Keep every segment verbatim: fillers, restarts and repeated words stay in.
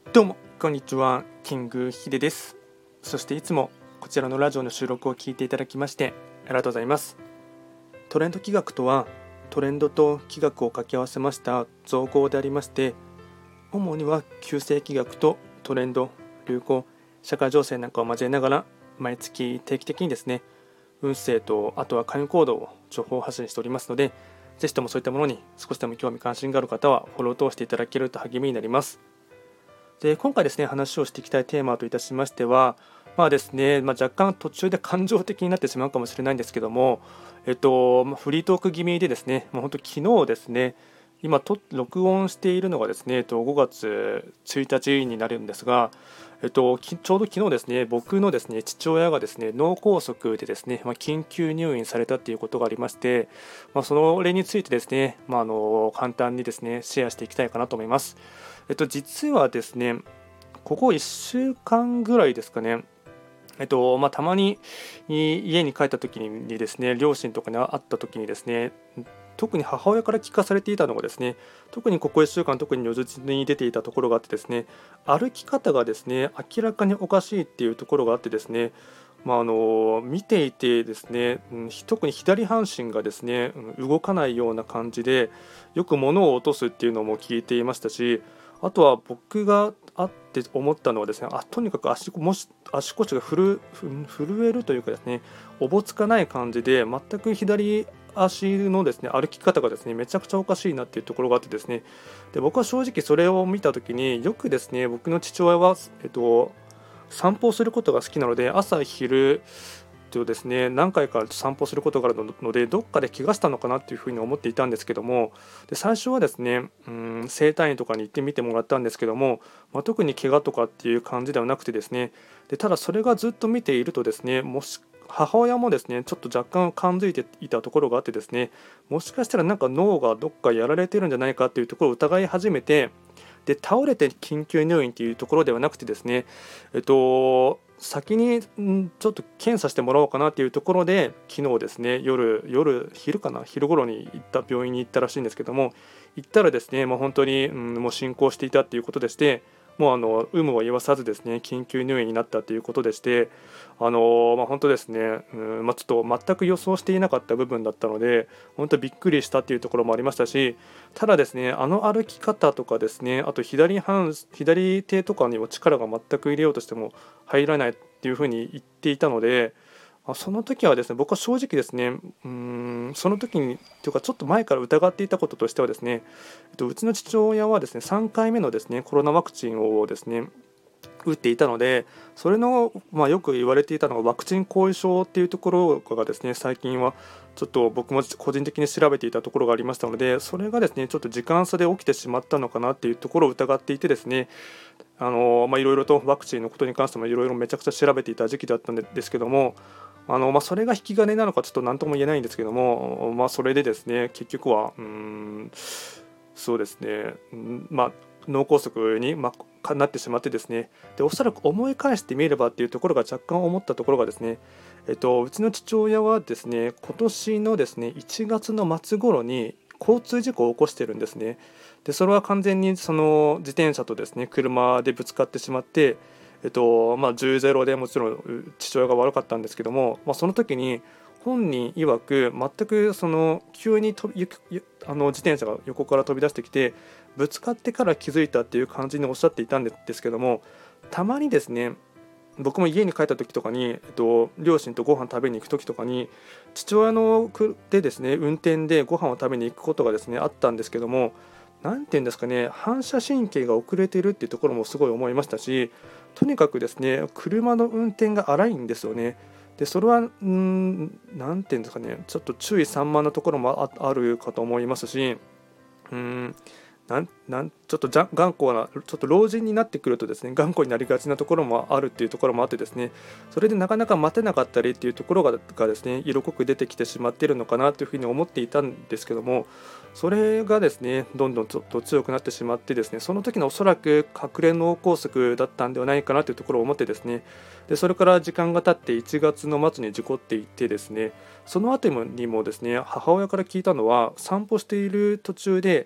どうもこんにちは、キングヒデです。そしていつもこちらのラジオの収録を聞いていただきましてありがとうございます。トレンド企画とは、トレンドと企画を掛け合わせました造語でありまして、主には旧世企画とトレンド、流行、社会情勢なんかを交えながら、毎月定期的にですね、運勢とあとは関与行動を情報発信しておりますので、ぜひともそういったものに少しでも興味関心がある方はフォローを通していただけると励みになります。で今回ですね、話をしていきたいテーマといたしましては、まあですね、まあ、若干途中で感情的になってしまうかもしれないんですけども、えっと、まあ、フリートーク気味でですね、もう本当昨日ですね、今と録音しているのがですね、えっと、ごがつついたちになるんですが、えっと、ちょうど昨日ですね、僕のですね父親がですね脳梗塞でですね、まあ、緊急入院されたということがありまして、まあ、それについてですね、まあ、あの簡単にですねシェアしていきたいかなと思います。えっと、実はですね、ここいっしゅうかんぐらいですかね、えっとまあ、たまに家に帰った時にですね、両親とかに会った時にですね、特に母親から聞かされていたのがですね、特にここいっしゅうかん特に如実に出ていたところがあってですね、歩き方がですね明らかにおかしいっていうところがあってですね、まあ、あの見ていてですね、うん、特に左半身がですね、うん、動かないような感じで、よく物を落とすっていうのも聞いていましたし、あとは僕があって思ったのはですね、あとにかく足もし足腰が震震えるというかですね、おぼつかない感じで、全く左足のですね歩き方がですねめちゃくちゃおかしいなっていうところがあってですね、で僕は正直それを見たときに、よくですね僕の父親は、えっと、散歩をすることが好きなので、朝昼とですね何回か散歩することがあるので、どっかで怪我したのかなっていうふうに思っていたんですけども、で最初はですね、うん、整体院とかに行ってみてもらったんですけども、まあ、特に怪我とかっていう感じではなくてですね、でただそれがずっと見ているとですね、もし母親もですねちょっと若干感づいていたところがあってですね、もしかしたらなんか脳がどっかやられてるんじゃないかっていうところを疑い始めて、で倒れて緊急入院というところではなくてですね、えっと先にんちょっと検査してもらおうかなというところで、昨日ですね夜夜昼かな昼頃に行った病院に行ったらしいんですけども、行ったらですね、もう本当に、うん、もう進行していたということでして、もうあの有無を言わさずですね緊急入院になったということでして、あのまあ、本当ですね、うんまあ、ちょっと全く予想していなかった部分だったので、本当びっくりしたというところもありましたし、ただですね、あの歩き方とかですね、あと左半左手とかにも力が全く入れようとしても入らないっていうふうに言っていたので、あその時はですね、僕は正直ですね、うーんその時にというかちょっと前から疑っていたこととしてはですね、えっと、うちの父親はですねさんかいめのですねコロナワクチンをですね打っていたので、それの、まあ、よく言われていたのがワクチン後遺症っていうところがですね、最近はちょっと僕も個人的に調べていたところがありましたので、それがですねちょっと時間差で起きてしまったのかなっていうところを疑っていてですね、あのまあいろいろとワクチンのことに関してもいろいろめちゃくちゃ調べていた時期だったんですけども、あのまあ、それが引き金なのかちょっと何とも言えないんですけども、まあ、それでですね結局はうーんそうですね、んまあ、脳梗塞に、まあ、なってしまってですね、でおそらく思い返してみればっていうところが若干思ったところがですね、えっと、うちの父親はですね今年のですねいちがつの末頃に交通事故を起こしてるんですね。でそれは完全にその自転車とですね車でぶつかってしまって、えっとまあ、じゅうたいでもちろん父親が悪かったんですけども、まあ、その時に本人曰く全くその急に飛びあの自転車が横から飛び出してきてぶつかってから気づいたっていう感じにおっしゃっていたんですけども、たまにですね僕も家に帰った時とかに、えっと、両親とご飯食べに行く時とかに父親のでですね運転でご飯を食べに行くことがですねあったんですけども、なんていうんですかね、反射神経が遅れているっていうところもすごい思いましたし、とにかくですね車の運転が荒いんですよね。でそれはんーなんていうんですかね、ちょっと注意散漫なところも あ, あるかと思いますし、うーんなんなんちょっとじゃ頑固な、ちょっと老人になってくるとですね頑固になりがちなところもあるっていうところもあってですね、それでなかなか待てなかったりっていうところががですね色濃く出てきてしまっているのかなというふうに思っていたんですけども、それがですねどんどんちょっと強くなってしまってですね、その時のおそらく隠れ脳梗塞だったんではないかなというところを思ってですね、でそれから時間が経っていちがつの末に事故っていてですね、その後にもですね母親から聞いたのは、散歩している途中で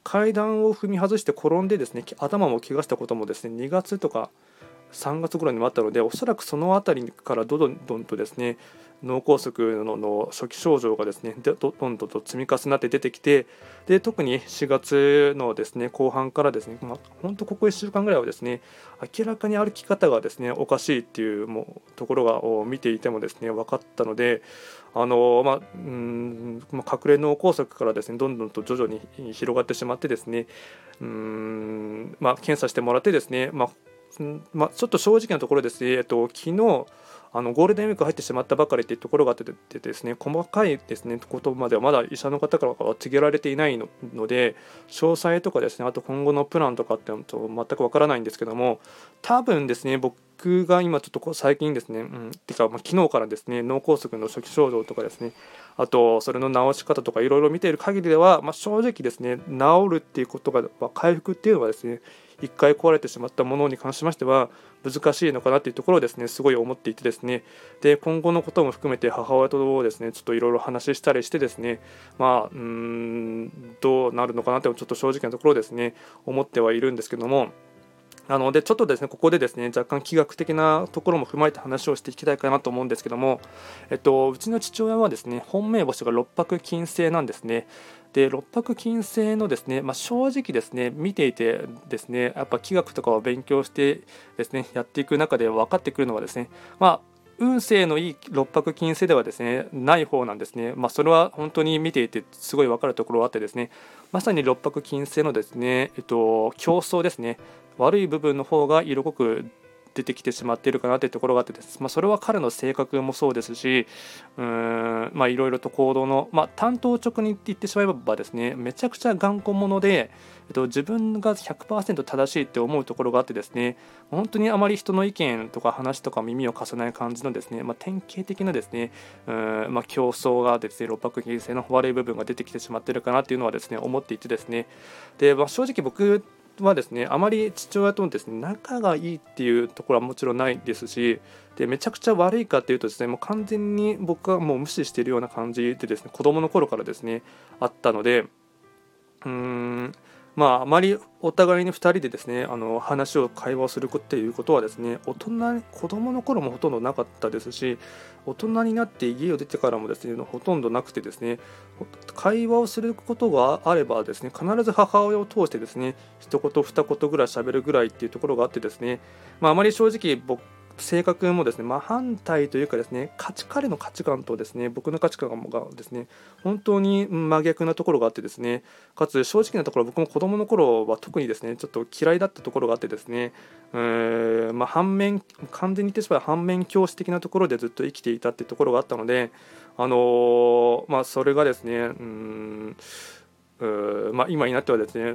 階段を踏み外して転んでですね頭も怪我したこともですねにがつとかさんがつ頃にもあったので、おそらくそのあたりからどんどんとですね脳梗塞 の, の初期症状がですねどどんどんと積み重なって出てきて、で特にしがつのですね後半からですね、まあ、本当ここいっしゅうかんぐらいはですね明らかに歩き方がですねおかしいっていうもうところがを見ていてもですね分かったので、あのまあうんまあ、隠れ脳梗塞からですねどんどんと徐々に広がってしまってですね、うーん、まあ、検査してもらってですね、まあうんまあ、ちょっと正直なところですね、えっと、昨日あのゴールデンウィーク入ってしまったばかりというところがあってですね、細かいですねことまではまだ医者の方からは告げられていないので、詳細とかですね、あと今後のプランとかってと全くわからないんですけども、多分ですね僕が今ちょっとこう最近ですね、うん、てかまあ昨日からですね脳梗塞の初期症状とかですね、あとそれの治し方とかいろいろ見ている限りでは、まあ、正直ですね治るっていうことが、まあ、回復っていうのはですね一回壊れてしまったものに関しましては難しいのかなというところをですねすごい思っていてですね、で今後のことも含めて母親とですねちょっといろいろ話したりしてですね、まあうーんどうなるのかなとちょっと正直なところですね思ってはいるんですけども、なのでちょっとですねここでですね若干気学的なところも踏まえて話をしていきたいかなと思うんですけども、えっと、うちの父親はですね本命星が六白金星なんですね。で六白金星のですね、まあ、正直ですね見ていてですねやっぱ気学とかを勉強してですねやっていく中で分かってくるのはですね、まあ運勢のいい六白金星ではですねない方なんですね。まあ、それは本当に見ていてすごい分かるところがあってですね、まさに六白金星のですね、えっと、競争ですね、悪い部分の方が色濃く出てきてしまっているかなというところがあってです、まあ、それは彼の性格もそうですし、うーんまあいろいろと行動の、まあ、単刀直入って言ってしまえばですねめちゃくちゃ頑固者で、えっと、自分が ひゃくパーセント 正しいって思うところがあってですね、本当にあまり人の意見とか話とか耳を貸さない感じのですね、まあ、典型的なですねうーん、まあ、競争がですね六白金星の悪い部分が出てきてしまっているかなというのはですね思っていてですね、で、まあ、正直僕はですねあまり父親とですね仲がいいっていうところはもちろんないですし、でめちゃくちゃ悪いかっていうとですねもう完全に僕はもう無視しているような感じでですね子供の頃からですねあったので、うーんまああまりお互いにふたりでですねあの話を会話をするっていうことはですね大人子供の頃もほとんどなかったですし、大人になって家を出てからもですねほとんどなくてですね、会話をすることがあればですね必ず母親を通してですね一言二言ぐらい喋るぐらいっていうところがあってですね、まあ、あまり正直僕性格もですね、まあ、反対というかですね価値彼の価値観とですね僕の価値観がですね本当に真逆なところがあってですね、かつ正直なところ僕も子供の頃は特にですねちょっと嫌いだったところがあってですね、うーんまあ、反面完全に言ってしまえば反面教師的なところでずっと生きていたっていうところがあったので、あのーまあ、それがですねうーんうーまあ、今になってはですね、うん、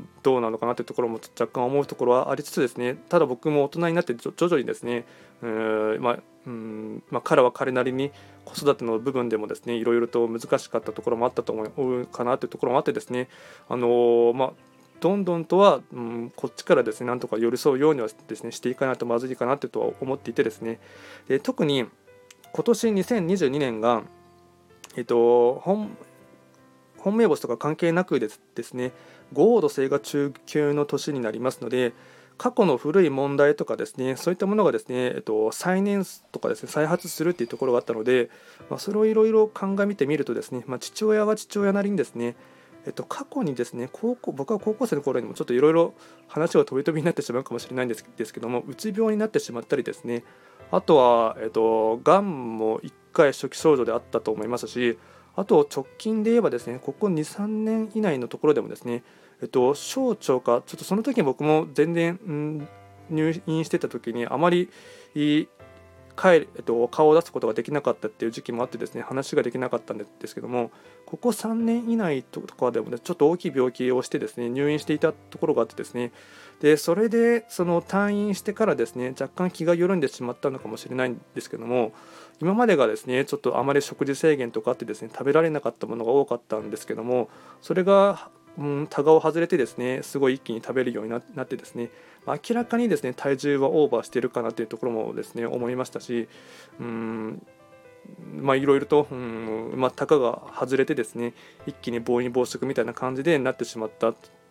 どうなのかなというところも若干思うところはありつつですね、ただ僕も大人になって徐々にですね、うーまあうんまあ、彼は彼なりに子育ての部分でもですねいろいろと難しかったところもあったと思うかなというところもあってですね、あのー、まあどんどんとは、うん、こっちからですねなんとか寄り添うようにはですねしていかないとまずいかなというとは思っていてですね、で特に今年にせんにじゅうにねんがえっと本本命星とか関係なくですですね豪土星が中級の年になりますので、過去の古い問題とかですねそういったものがですね、えっと、再燃とかですね再発するっていうところがあったので、まあ、それをいろいろ鑑みてみるとですね、まあ、父親は父親なりにですねえっと、過去にですね高校僕は高校生の頃にもちょっといろいろ話が飛び飛びになってしまうかもしれないんですですけども、うつ病になってしまったりですね、あとは、えっと、がんもいっかい初期症状であったと思いますし、あと直近で言えばですねここにさんねん以内のところでもですね、えっと、小腸かちょっとその時に僕も全然、うん、入院してた時にあまりいい帰る、えっと、顔を出すことができなかったっていう時期もあってですね話ができなかったんですけども、ここさんねん以内とかでも、ね、ちょっと大きい病気をしてですね入院していたところがあってですね、でそれでその退院してからですね若干気が緩んでしまったのかもしれないんですけども、今までがですねちょっとあまり食事制限とかあってですね食べられなかったものが多かったんですけども、それがうん、タガを外れてですねすごい一気に食べるようになってですね、明らかにですね体重はオーバーしているかなというところもですね思いましたし、うんまあいろいろと、うんまあ、タガが外れてですね一気に暴飲暴食みたいな感じでなってしまった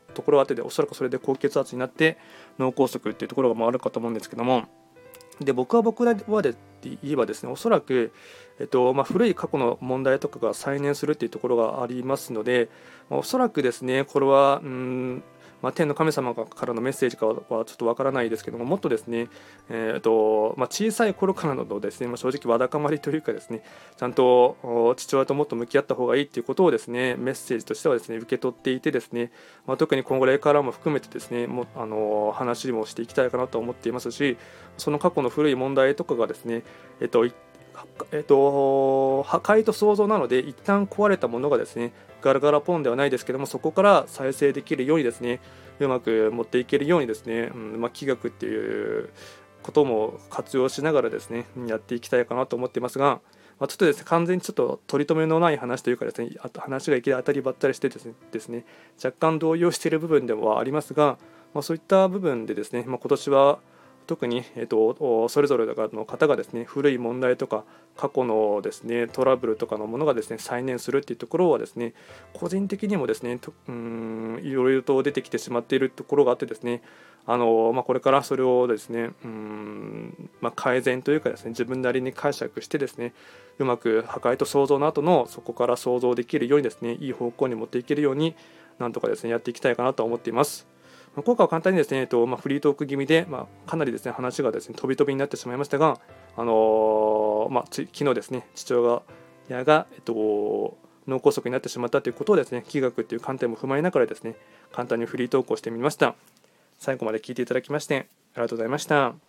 ところがあって、でおそらくそれで高血圧になって脳梗塞っていうところがあるかと思うんですけども、で僕は僕はで言えばですね、おそらく、えっとまあ、古い過去の問題とかが再燃するっていうところがありますので、まあ、おそらくですね、これはうーんまあ、天の神様からのメッセージかはちょっとわからないですけども、もっとですね、えーとまあ、小さい頃からのですね、まあ、正直わだかまりというかですね、ちゃんと父親ともっと向き合った方がいいということをですね、メッセージとしてはですね、受け取っていてですね、まあ、特に今後例からも含めてですね、もあの話もしていきたいかなと思っていますし、その過去の古い問題とかがですね、えっとえっと、破壊と創造なので、一旦壊れたものがですね、ガラガラポンではないですけども、そこから再生できるようにですね、うまく持っていけるようにですね、うんまあ、気学っていうことも活用しながらですね、やっていきたいかなと思っていますが、まあ、ちょっとですね、完全にちょっと取り留めのない話というかですね、あと話がいきなり当たりばったりしてですね、ですね若干動揺している部分ではありますが、まあ、そういった部分でですね、まあ、今年は特に、えー、とそれぞれの方がですね、古い問題とか過去のですねトラブルとかのものがですね再燃するっていうところはですね、個人的にもですねとうーんいろいろと出てきてしまっているところがあってですね、あのまあ、これからそれをですねうーん、まあ、改善というかですね、自分なりに解釈してですね、うまく破壊と創造の後のそこから想像できるようにですね、いい方向に持っていけるようになんとかですねやっていきたいかなと思っています。今回は簡単にですね、えっとまあ、フリートーク気味で、まあ、かなりですね話がですね飛び飛びになってしまいましたが、あのーまあ、昨日ですね、父親が、えっと、脳梗塞になってしまったということをですね、気学という観点も踏まえながらですね、簡単にフリートークをしてみました。最後まで聞いていただきましてありがとうございました。